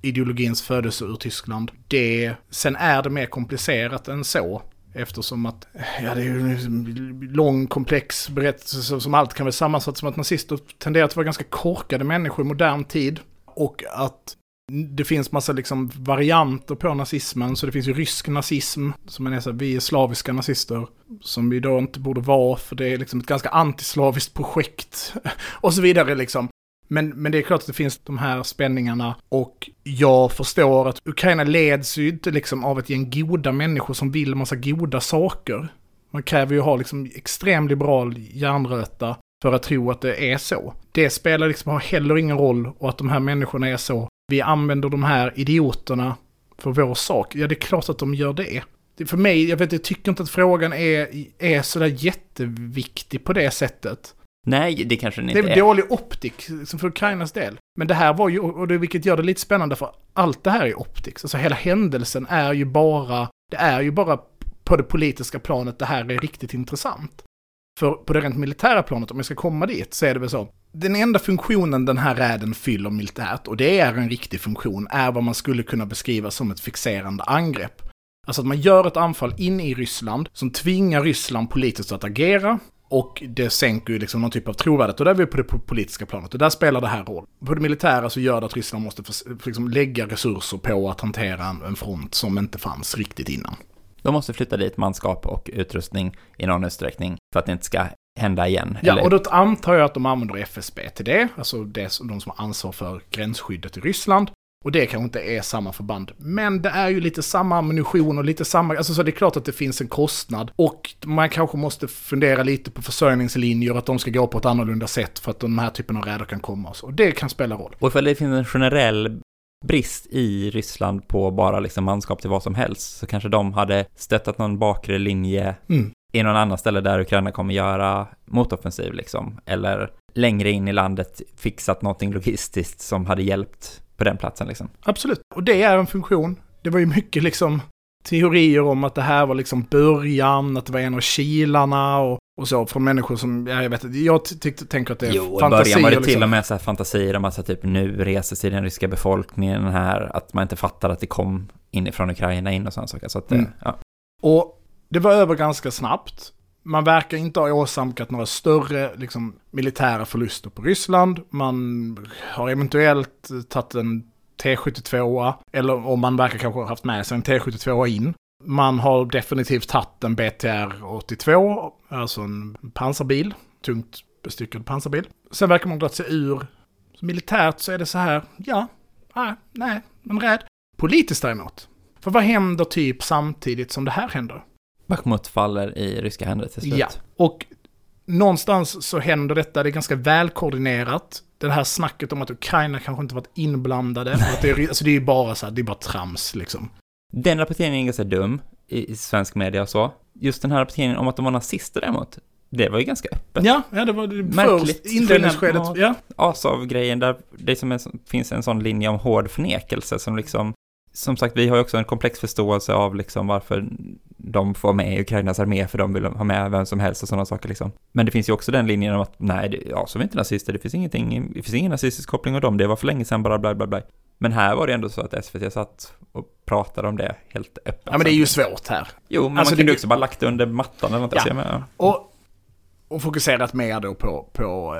ideologins födelse ur Tyskland. Sen är det mer komplicerat än så. Eftersom att det är ju en lång, komplex berättelse som allt kan väl sammanfattas som att nazister tenderar att vara ganska korkade människor i modern tid. Och att det finns massa liksom varianter på nazismen. Så det finns ju rysk nazism, som är så här, vi är slaviska nazister, som vi då inte borde vara, för det är liksom ett ganska antislaviskt projekt och så vidare liksom. Men det är klart att det finns de här spänningarna, och jag förstår att Ukraina leds ju inte liksom av ett gäng goda människor som vill massa goda saker. Man kräver ju ha liksom extrem liberal hjärnröta för att tro att det är så. Det spelar liksom heller ingen roll, och att de här människorna är så. Vi använder de här idioterna för vår sak. Ja, det är klart att de gör det. För mig, jag tycker inte att frågan är så där jätteviktig på det sättet. Nej, det kanske den inte är. Det är dålig optik liksom för Ukrainas del. Men det här var ju, och det, vilket gör det lite spännande, för allt det här är optik. Alltså hela händelsen är ju bara på det politiska planet det här är riktigt intressant. För på det rent militära planet, om jag ska komma dit, så är det väl så. Den enda funktionen den här räden fyller militärt, och det är en riktig funktion, är vad man skulle kunna beskriva som ett fixerande angrepp. Alltså att man gör ett anfall in i Ryssland som tvingar Ryssland politiskt att agera, och det sänker ju liksom någon typ av trovärdighet, och där är vi på det politiska planet, och där spelar det här roll. På det militära så gör det att Ryssland måste liksom lägga resurser på att hantera en front som inte fanns riktigt innan. De måste flytta dit manskap och utrustning i någon utsträckning för att det inte ska hända igen. Ja, eller? Och då antar jag att de använder FSB till det, alltså de som har ansvar för gränsskyddet i Ryssland. Och det kanske inte är samma förband. Men det är ju lite samma ammunition och lite samma... Alltså så det är klart att det finns en kostnad. Och man kanske måste fundera lite på försörjningslinjer, att de ska gå på ett annorlunda sätt för att de här typen av räder kan komma. Och det kan spela roll. Och ifall det finns en generell brist i Ryssland på bara liksom manskap till vad som helst, så kanske de hade stöttat någon bakre linje i någon annan ställe där Ukraina kommer göra motoffensiv liksom. Eller längre in i landet fixat någonting logistiskt som hade hjälpt på den platsen liksom. Absolut. Och det är en funktion. Det var ju mycket liksom teorier om att det här var liksom början, att det var en av kilarna och så från människor som, jag tänker att det är fantasier. Början var det liksom. till och med så här fantasier om att så typ nu reser sig den ryska befolkningen här, att man inte fattar att det kom inifrån Ukraina in och sådana saker. Så att ja. Och det var över ganska snabbt. Man verkar inte ha åsamkat några större liksom, militära förluster på Ryssland. Man har eventuellt tagit en T-72, eller om man verkar kanske ha haft med sig en T-72 in. Man har definitivt tagit en BTR-82, alltså en pansarbil, tungt bestyckad pansarbil. Sen verkar man dragit sig ur. Så militärt så är det så här, nej, men rädd. Politiskt däremot. För vad händer typ samtidigt som det här händer? Bakhmut faller i ryska händer till slut. Ja, och någonstans så händer detta, det är ganska välkoordinerat. Det här snacket om att Ukraina kanske inte varit inblandade. Att det är ju bara så här, det är bara trams liksom. Den rapporteringen är ganska dum i svensk media och så. Just den här rapporteringen om att de var nazister däremot, det var ju ganska öppet. Ja, det var det märkligt. Inledningsskedet. Ja. Asov-grejen där det finns en sån linje om hård förnekelse som liksom, som sagt, vi har ju också en komplex förståelse av liksom varför de får med i Ukrainas armé, för de vill ha med vem som helst och sådana saker liksom. Men det finns ju också den linjen om att nej, så är vi inte nazister, det finns ingen nazistisk koppling av dem, det var för länge sedan, bara bla bla bla. Men här var det ändå så att SVT satt och pratade om det helt öppet. Ja, men det är ju svårt här. Jo, men alltså, man kunde också bara lagt det under mattan eller något. Ja. Och fokuserat mer då på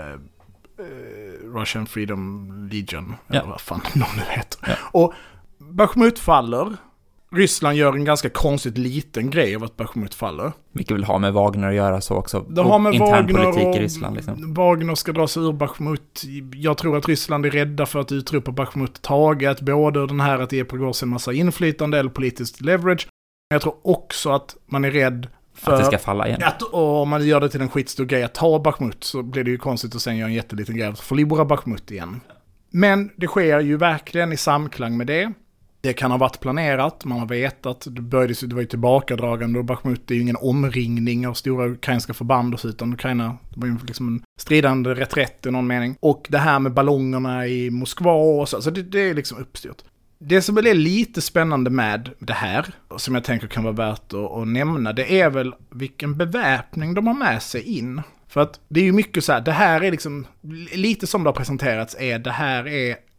Russian Freedom Legion, eller vad fan de nu heter. Ja. Och Bakhmut faller. Ryssland gör en ganska konstigt liten grej av att Bakhmut faller. Vilket vill ha med Wagner att göra så också. Det har med intern Wagner politik i Ryssland liksom. Wagner ska dra sig ur Bakhmut. Jag tror att Ryssland är rädda för att utropa Bakhmut taget. Både den här att ge Prigozhin en massa inflytande eller politiskt leverage. Men jag tror också att man är rädd för att det ska falla igen. Och om man gör det till en skitstor grej att ta Bakhmut, så blir det ju konstigt att sen göra en jätteliten grej att förlora Bakhmut igen. Men det sker ju verkligen i samklang med det. Det kan ha varit planerat, man har vetat, det var ju tillbakadragande och Bakhmut är ju ingen omringning av stora ukrainska förband och så, utan Ukraina, det var ju liksom en stridande reträtt i någon mening. Och det här med ballongerna i Moskva och så det är liksom uppstyrt. Det som väl är lite spännande med det här, som jag tänker kan vara värt att nämna, det är väl vilken beväpning de har med sig in. För att det är ju mycket så här, det här är liksom, lite som det har presenterats, det här är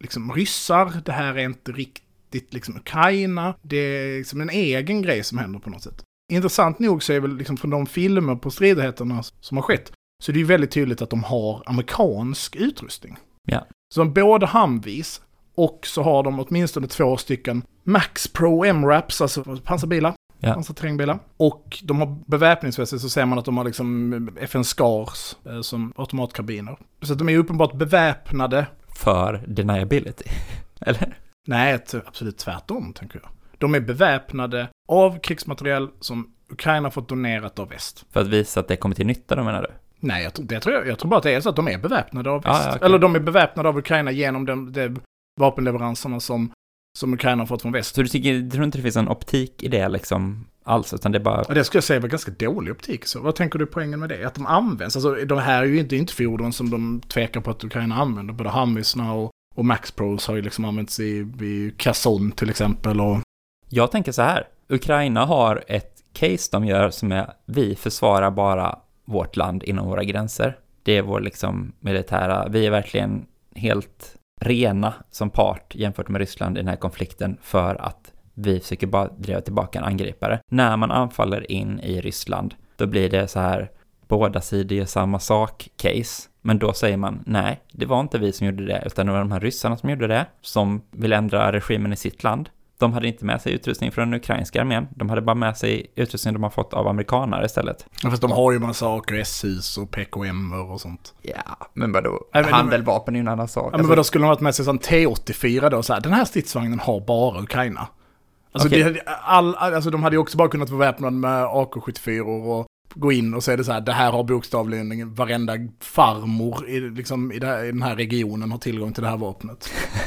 liksom ryssar, det här är inte riktigt liksom Ukraina, det är liksom en egen grej som händer på något sätt. Intressant nog så är väl liksom från de filmer på stridigheterna som har skett, så det är väldigt tydligt att de har amerikansk utrustning. Ja. Så både Humvees och så har de åtminstone 2 stycken Max Pro MRAPs, alltså pansarbilar. Ja. Pansarterrängbilar. Och de har beväpningsmässigt så ser man att de har liksom FN Scars som automatkarbiner. Så att de är uppenbart beväpnade. För deniability, eller? Nej, absolut tvärtom, tänker jag. De är beväpnade av krigsmateriel som Ukraina fått donerat av väst. För att visa att det kommer till nytta, då menar du? Nej, jag tror bara att det är så att de är beväpnade av väst. Okay. Eller de är beväpnade av Ukraina genom de vapenleveranserna som Ukraina har fått från väst. Så du tror inte det finns en optik i det liksom alls, utan det är bara... Ja, det skulle jag säga var ganska dålig optik. Så vad tänker du poängen med det? Att de används? Alltså de här är ju inte fordon som de tvekar på att Ukraina använder. Både Humveesna och Max Pros har ju liksom använts i Kherson till exempel. Och... Jag tänker så här. Ukraina har ett case de gör som är vi försvarar bara vårt land inom våra gränser. Det är vår liksom militära... Vi är verkligen helt rena som part jämfört med Ryssland i den här konflikten för att vi försöker bara driva tillbaka en angripare. När man anfaller in i Ryssland, då blir det så här båda sidor gör samma sak case. Men då säger man, nej, det var inte vi som gjorde det, utan det var de här ryssarna som gjorde det, som vill ändra regimen i sitt land. De hade inte med sig utrustning från den ukrainska armén. De hade bara med sig utrustning de har fått av amerikaner istället. Ja, fast de har ju massa AKS-hus och PKM och sånt. Ja, men vadå? Handelvapen är ju en annan sak. Ja, men vadå, skulle de ha varit med sig sån T84 då? Så här, den här stridsvagnen har bara Ukraina. Alltså, okay. Alltså de hade ju också bara kunnat vara väpnade med AK74 och gå in och säga det så här, det här har bokstavligen varenda farmor i den här regionen har tillgång till det här vapnet.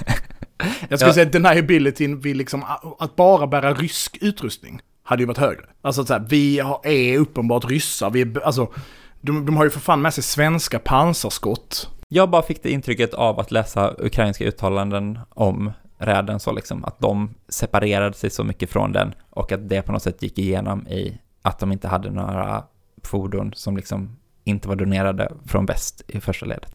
Jag skulle säga att deniability vid liksom att bara bära rysk utrustning hade ju varit högre. Alltså att så här, vi är uppenbart ryssar. Alltså, de har ju för fan med sig svenska pansarskott. Jag bara fick det intrycket av att läsa ukrainska uttalanden om räden så liksom, att de separerade sig så mycket från den och att det på något sätt gick igenom i att de inte hade några fordon som liksom inte var donerade från väst i första ledet.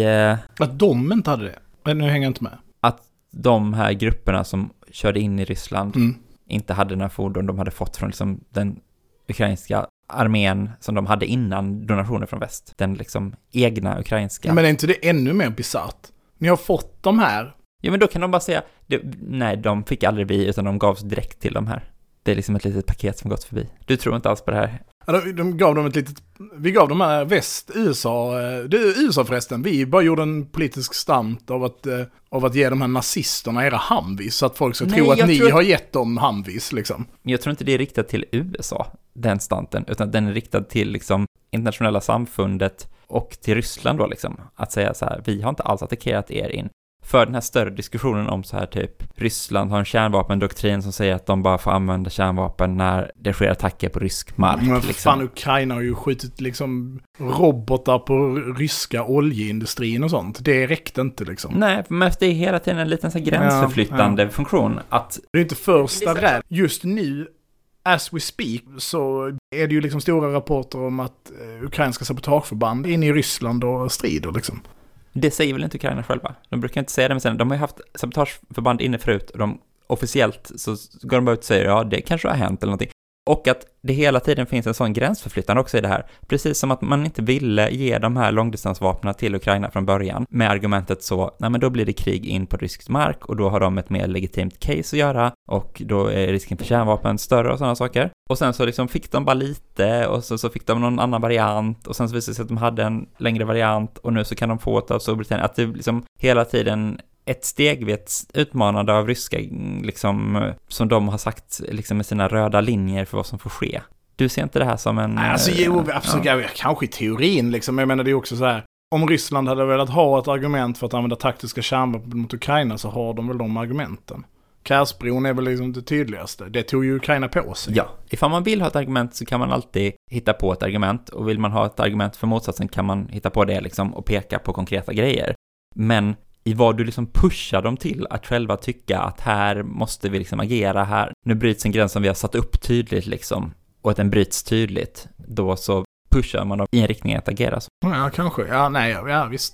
Att de inte hade det? Men nu hänger jag inte med. Att de här grupperna som körde in i Ryssland inte hade några fordon de hade fått från liksom den ukrainska armén som de hade innan donationer från väst. Den liksom egna ukrainska. Men är inte det ännu mer bizarrt? Ni har fått de här. Ja, men då kan de bara säga nej, de fick aldrig vi utan de gavs direkt till de här. Det är liksom ett litet paket som gått förbi. Du tror inte alls på det här. Ja, de gav dem vi gav dem här USA, det är USA förresten, vi bara gjorde en politisk stamp av att ge de här nazisterna era Humvees så att folk ska tro att ni har gett dem Humvees liksom. Jag tror inte det är riktat till USA, den stanten, utan den är riktad till liksom internationella samfundet och till Ryssland då liksom, att säga så här, vi har inte alls attackerat er in. För den här större diskussionen om så här typ Ryssland har en kärnvapendoktrin som säger att de bara får använda kärnvapen när det sker attacker på rysk mark. Men liksom. fan, Ukraina har ju skjutit liksom robotar på ryska oljeindustrin och sånt. Det räckte inte liksom. Nej, men det är hela tiden en liten så här gränsförflyttande funktion. Att det är inte första rädd. Just nu, as we speak, så är det ju liksom stora rapporter om att ukrainska sabotageförband är inne i Ryssland och strider liksom. Det säger väl inte Ukraina själva. De brukar inte säga det, men sen, de har ju haft sabotageförband inne förut och de officiellt så går de bara ut och säger ja, det kanske har hänt eller någonting. Och att det hela tiden finns en sån gränsförflyttande också i det här. Precis som att man inte ville ge de här långdistansvapnen till Ukraina från början med argumentet så, nej men då blir det krig in på rysk mark och då har de ett mer legitimt case att göra och då är risken för kärnvapen större och sådana saker. Och sen så liksom fick de bara lite och så fick de någon annan variant och sen så visade det sig att de hade en längre variant och nu så kan de få ett av Storbritannien. Att det liksom hela tiden ett stegvis utmanande av ryska liksom, som de har sagt liksom, med sina röda linjer för vad som får ske. Du ser inte det här som en... Alltså jo, absolut, kanske i teorin liksom. Jag menar det är också så här, om Ryssland hade velat ha ett argument för att använda taktiska kärnvapen mot Ukraina så har de väl de argumenten. Kersbron är väl liksom det tydligaste. Det tog ju Ukraina på sig. Ja, ifall man vill ha ett argument så kan man alltid hitta på ett argument och vill man ha ett argument för motsatsen kan man hitta på det liksom och peka på konkreta grejer. Men i vad du liksom pushar dem till att själva tycka att här måste vi liksom agera här. Nu bryts en gräns som vi har satt upp tydligt liksom och att den bryts tydligt. Då så pushar man dem i en riktning att agera så. Ja, kanske. Ja, nej, ja visst.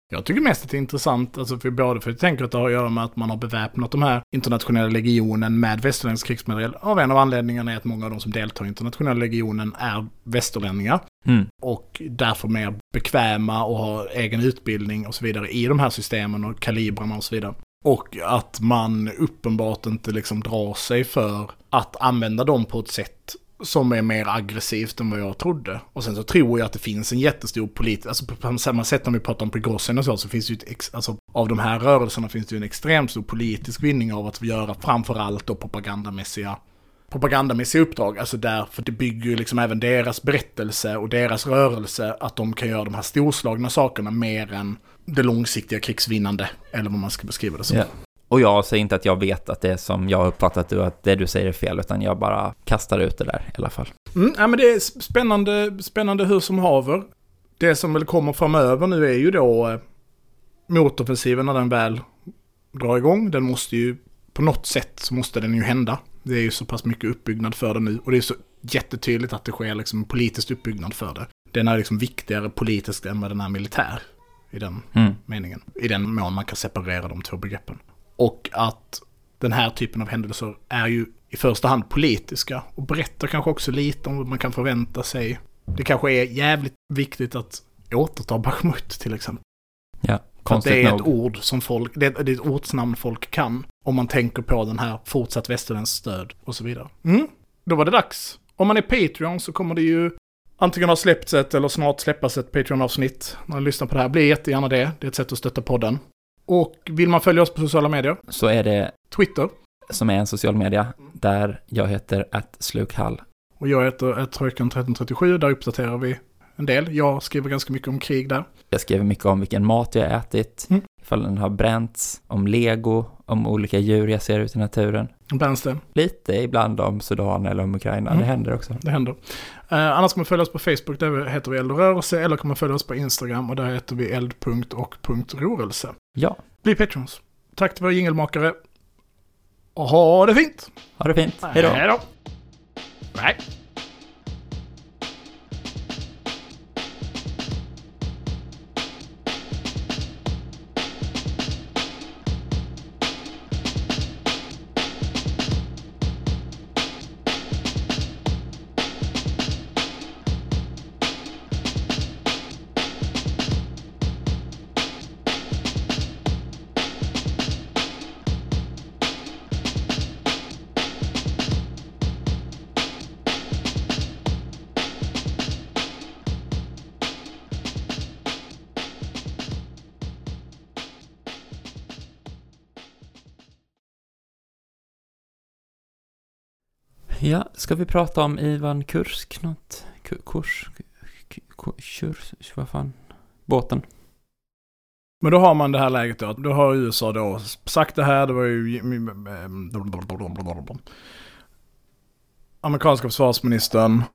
Jag tycker mest att det är intressant, alltså för jag tänker att det har att göra med att man har beväpnat de här internationella legionen med västerländsk krigsmateriel. Av en av anledningarna är att många av de som deltar i internationella legionen är västerlänningar. Och därför mer bekväma och har egen utbildning och så vidare i de här systemen och kalibrarna och så vidare. Och att man uppenbart inte liksom drar sig för att använda dem på ett sätt som är mer aggressivt än vad jag trodde. Och sen så tror jag att det finns en jättestor politisk, alltså på samma sätt när vi pratar om Prigozhin och så finns det ju alltså av de här rörelserna finns det ju en extremt stor politisk vinning av att göra framförallt då propagandamässiga uppdrag, alltså därför det bygger ju liksom även deras berättelse och deras rörelse att de kan göra de här storslagna sakerna mer än det långsiktiga krigsvinnande, eller vad man ska beskriva det som. Yeah. Och jag säger inte att jag vet att det är som jag har uppfattat det och att det du säger är fel, utan jag bara kastar ut det där i alla fall. Ja, men det är spännande hur som haver. Det som väl kommer framöver nu är ju då motoffensiven när den väl drar igång. Den måste ju, på något sätt så måste den ju hända. Det är ju så pass mycket uppbyggnad för det nu. Och det är så jättetydligt att det sker liksom politisk uppbyggnad för det. Den är liksom viktigare politiskt än vad den är militär i den meningen. I den mån man kan separera de två begreppen. Och att den här typen av händelser är ju i första hand politiska och berättar kanske också lite om vad man kan förvänta sig. Det kanske är jävligt viktigt att återta Bakhmut till exempel. Ja, för att det är ett ord som folk, det är ett ordsnamn folk kan om man tänker på den här fortsatt västerländsk stöd och så vidare. Då var det dags. Om man är Patreon så kommer det ju antingen ha släppts ett eller snart släppas ett Patreon-avsnitt. När man lyssnar på det här, bli jättegärna det. Det är ett sätt att stötta podden. Och vill man följa oss på sociala medier? Så är det Twitter. Som är en social media där jag heter @slukhall. Och jag heter @trojkan1337. Där uppdaterar vi en del. Jag skriver ganska mycket om krig där. Jag skriver mycket om vilken mat jag ätit. Ifall den har bränts. Om Lego. Om olika djur jag ser ut i naturen. Bränns det? Lite ibland om Sudan eller om Ukraina. Det händer också. Det händer. Annars kan man följa oss på Facebook. Där heter vi Eld och rörelse. Eller kan man följa oss på Instagram. Och där heter vi eld.och.rörelse. Ja. Bli patrons. Tack till våra jingelmakare. Och ha det fint. Ha det fint. Hej då. Hej då. Nej. Ja, ska vi prata om Ivan Kursk något? Vad fan? Båten. Men då har man det här läget då. Då har USA då sagt det här. Det var ju amerikanska försvarsministern